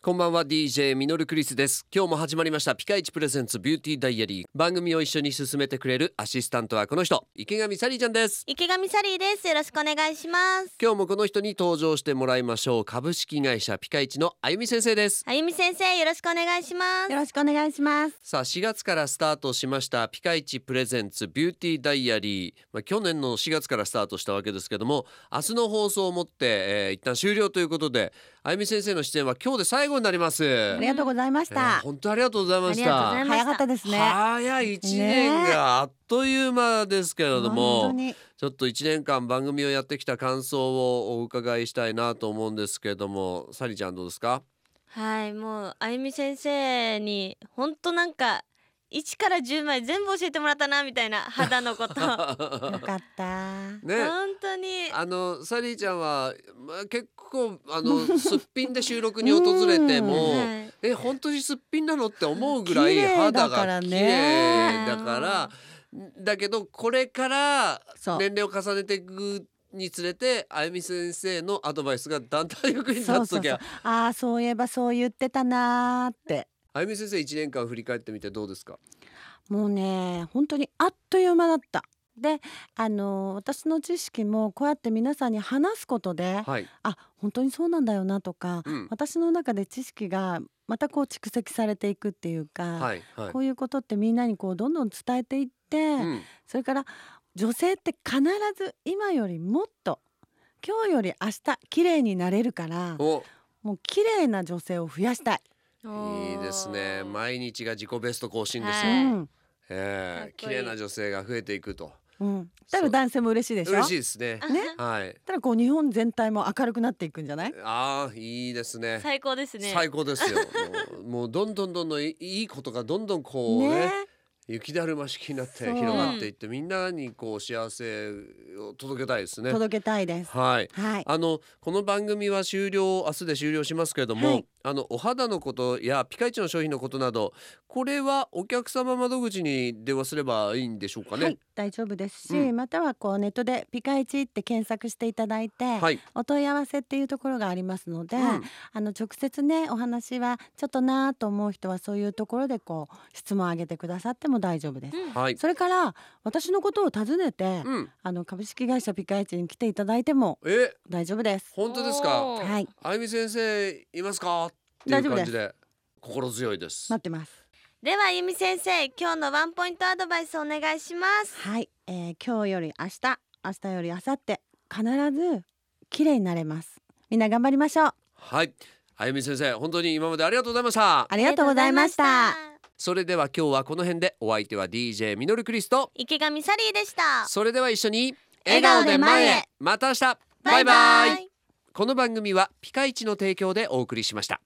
こんばんは、 DJ ミノルクリスです。今日も始まりましたピカイチプレゼンツビューティーダイアリー。番組を一緒に進めてくれるアシスタントはこの人、池上サリーちゃんです。 池上サリーです。よろしくお願いします。 今日もこの人に登場してもらいましょう。株式会社ピカイチのあゆみ先生です。 あゆみ先生、よろしくお願いします。 よろしくお願いします。 さあ、4月からスタートしましたピカイチプレゼンツビューティーダイアリー、去年の4月からスタートしたわけですけども、明日の放送をもって、一旦終了ということで、あゆみ先生の出演は今日で最後になります。 ありがとうございました。 本当ありがとうございました。 早かったですね。 早い1年があっという間ですけれども、 本当にちょっと1年間番組をやってきた感想をお伺いしたいなと思うんですけれども、サリちゃんどうですか？ はい、もうあゆみ先生に本当なんか1から10まで全部教えてもらったなみたいな、肌のことよかったね、 本当にサリーちゃんは、結構すっぴんで収録に訪れてもはい本当にすっぴんなのって思うぐらい綺麗肌だからが綺ね麗だからだけど、これからそう年齢を重ねていくにつれて、あゆみ先生のアドバイスがだんだん役に立つときは、 ああ、そういえばそう言ってたなーって。 あゆみ先生1年間振り返ってみてどうですか？ もうね、本当にあっという間だった。で、私の知識もこうやって皆さんに話すことで、 はい、 本当にそうなんだよなとか、 うん私の中で知識がまたこう蓄積されていくっていうか、 はいはい、 こういうことってみんなにこうどんどん伝えていって、 うんそれから女性って必ず今よりもっと今日より明日綺麗になれるから、 おもう綺麗な女性を増やしたい。 いいですね。毎日が自己ベスト更新ですよ。 はいうん綺麗な女性が増えていくと多分男性も嬉しいでしょ。 嬉しいですね。 ねはい。 ただこう日本全体も明るくなっていくんじゃない？ いいですね。 最高ですね。 最高ですよ。もうどんどんいいことがどんどんこうね、雪だるま式になってそう広がっていって、みんなにこう幸せを届けたいですね。 届けたいです。 はい。 はい。 この番組は明日で終了しますけれども、 はいお肌のことやピカイチの商品のことなど、これはお客様窓口に電話すればいいんでしょうかね？ はい、大丈夫ですし、 うんまたはこうネットでピカイチって検索していただいて、 はい、 お問い合わせっていうところがありますので、 うん直接ねお話はちょっとなと思う人はそういうところでこう質問を上げてくださっても大丈夫です。 はい、 それから私のことを尋ねて、株式会社ピカイチに来ていただいても大丈夫です。 本当ですか？ おーはい、 あゆみ先生いますかっていう感じで心強いです。 待ってます。 ではあゆみ先生、今日のワンポイントアドバイスお願いします。 はい、今日より明日、明日より明後日、必ず綺麗になれます。みんな頑張りましょう。 はい、あゆみ先生本当に今までありがとうございました。 ありがとうございました。 それでは今日はこの辺で、お相手は DJ ミノルクリスト、 池上サリーでした。 それでは一緒に笑顔で前へ。 また明日。 バイバイ。 この番組はピカイチの提供でお送りしました。